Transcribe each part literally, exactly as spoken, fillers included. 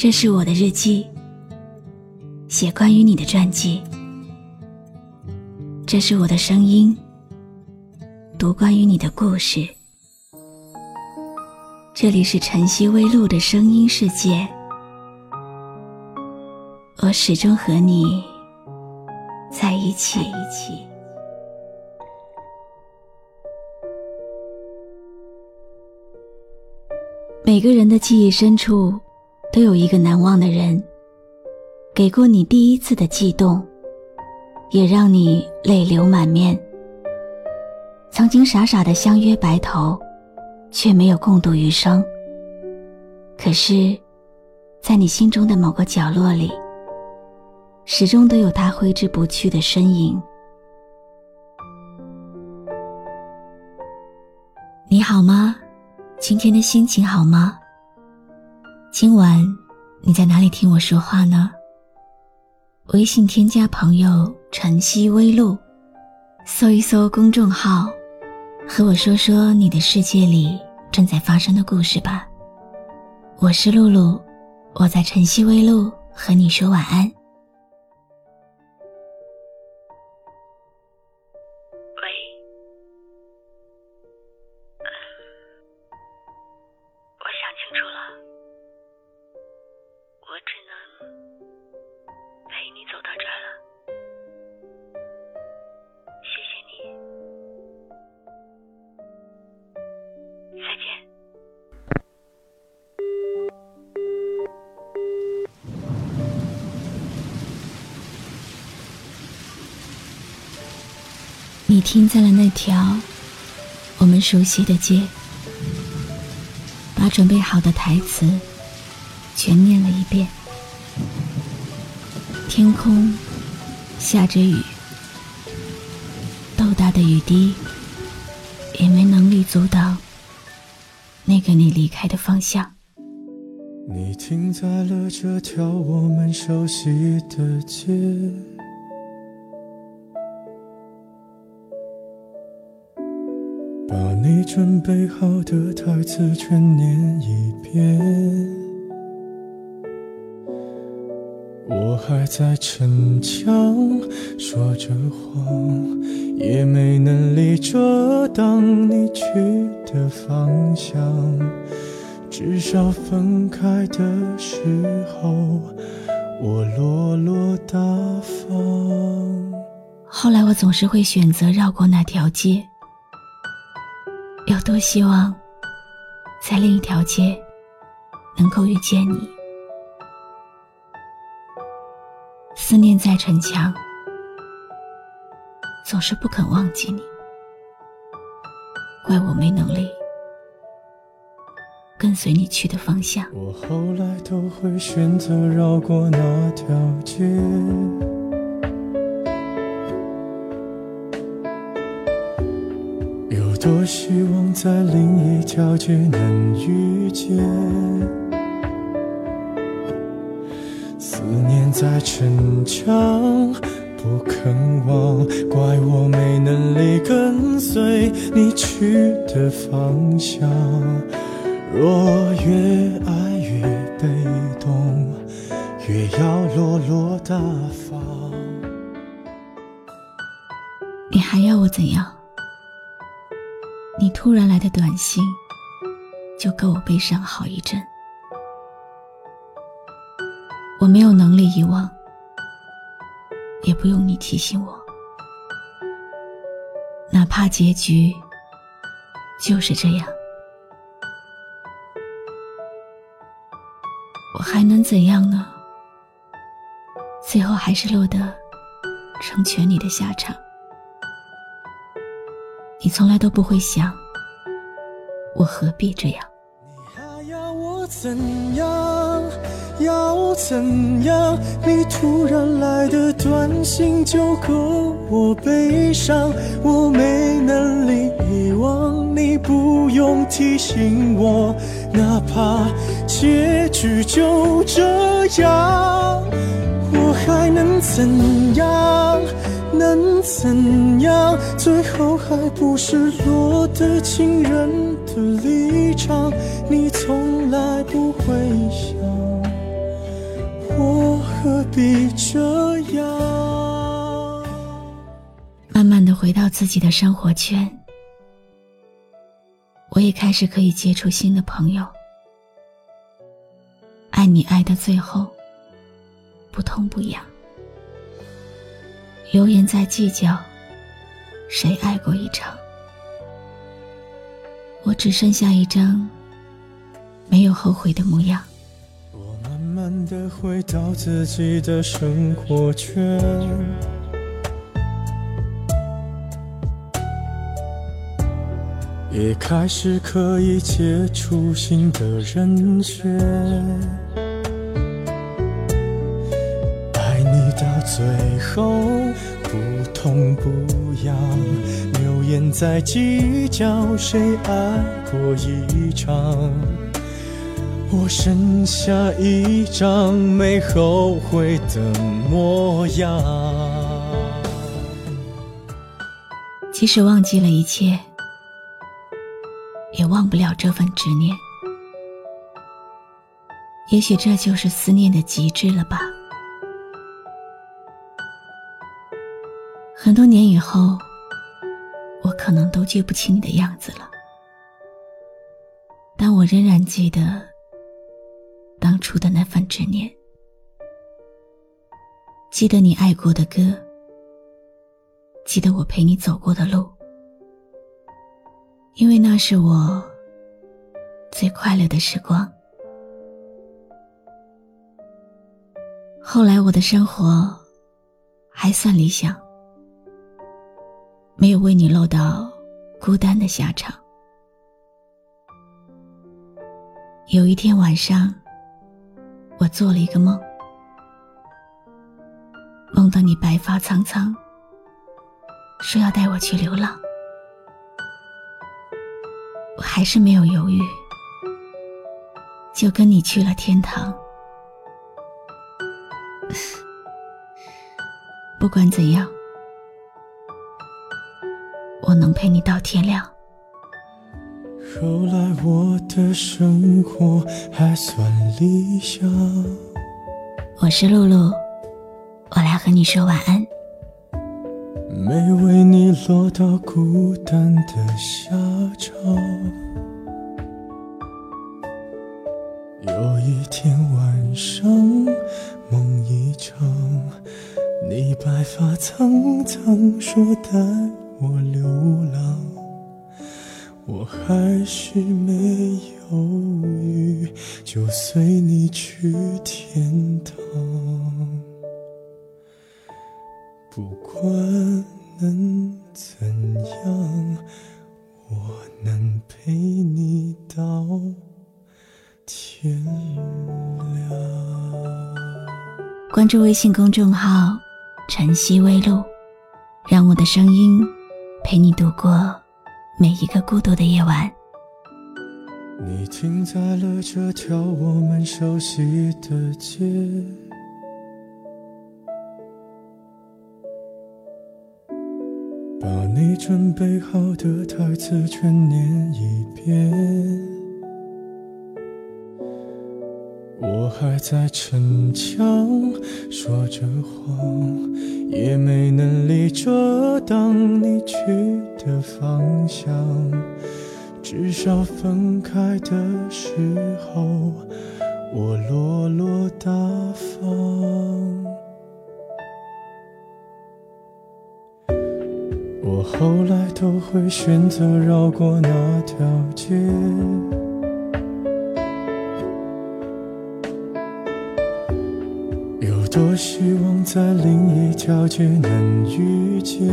这是我的日记，写关于你的传记。这是我的声音，读关于你的故事。这里是晨曦微露的声音世界，我始终和你在一起。每个人的记忆深处都有一个难忘的人，给过你第一次的悸动，也让你泪流满面。曾经傻傻的相约白头，却没有共度余生。可是在你心中的某个角落里，始终都有他挥之不去的身影。你好吗？今天的心情好吗？今晚你在哪里听我说话呢？微信添加朋友晨曦微露，搜一搜公众号，和我说说你的世界里正在发生的故事吧。我是露露，我在晨曦微露和你说晚安。你停在了那条我们熟悉的街，把准备好的台词全念了一遍。天空下着雨，豆大的雨滴也没能力阻挡那个你离开的方向。 你停在了这条我们熟悉的街，把你准备好的台词全念一遍。我还在逞强说着谎，也没能力遮挡你去的方向，至少分开的时候我落落大方。 后来我总是会选择绕过那条街，有多希望在另一条街能够遇见你。思念再逞强，总是不肯忘记你，怪我没能力跟随你去的方向。 我后来都会选择绕过那条街，有多希望在另一条街能遇见。思念在逞强不肯忘，怪我没能力跟随你去的方向。若越爱越被动，越要落落大方。 你还要我怎样？你突然来的短信就够我悲伤好一阵。我没有能力遗忘，也不用你提醒我，哪怕结局就是这样，我还能怎样呢？最后还是落得成全你的下场。你从来都不会想，我何必这样？ 你还要我怎样？要怎样？你突然来的短信就够我悲伤，我没能力遗忘，你不用提醒我，哪怕结局就这样，我还能怎样？能怎样？最后还不是落得情人的立场，你从来不会想何必这样？ 慢慢的回到自己的生活圈，我也开始可以接触新的朋友。爱你爱到最后，不痛不痒。流言在计较，谁爱过一场？我只剩下一张没有后悔的模样。 我慢慢地回到自己的生活圈，也开始可以接触新的人选。爱你到最后不痛不痒，流言在计较谁爱过一场。我剩下一张没后悔的模样。 即使忘记了一切，也忘不了这份执念。也许这就是思念的极致了吧。很多年以后，我可能都记不清你的样子了，但我仍然记得当初的那份执念，记得你爱过的歌，记得我陪你走过的路，因为那是我最快乐的时光。后来我的生活还算理想，没有为你落到孤单的下场。有一天晚上，我做了一个梦，梦到你白发苍苍，说要带我去流浪。我还是没有犹豫，就跟你去了天堂。不管怎样，我能陪你到天亮。 后来我的生活还算理想。 我是露露，我来和你说晚安。 没为你落到孤单的下场。有一天晚上梦一场，你白发苍苍说带我流浪，我还是没犹豫，就随你去天堂。不管能怎样，我能陪你到天亮。 关注微信公众号晨曦微露，让我的声音陪你度过每一个孤独的夜晚。 你停在了这条我们熟悉的街，把你准备好的台词全念一遍。我还在逞强说着谎，也没能力遮挡你去的方向，至少分开的时候我落落大方。我后来都会选择绕过那条街，有多希望在另一条街能遇见。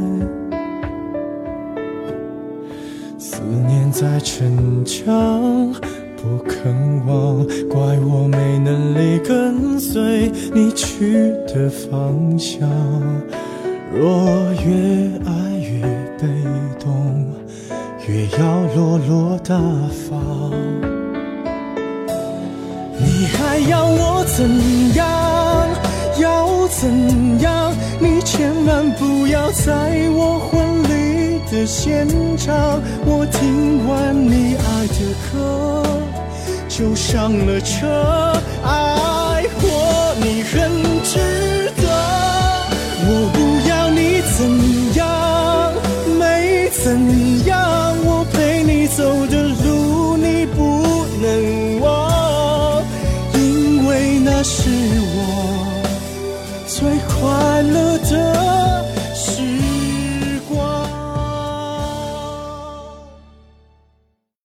思念在逞强不肯忘，怪我没能力跟随你去的方向。若越爱越被动，越要落落大方。你还要我怎样？要怎样？你千万不要在我婚礼的现场。我听完你爱的歌，就上了车，爱过你很值得。我不要你怎样，没怎样，我陪你走的路你不能忘，因为那是我最快乐的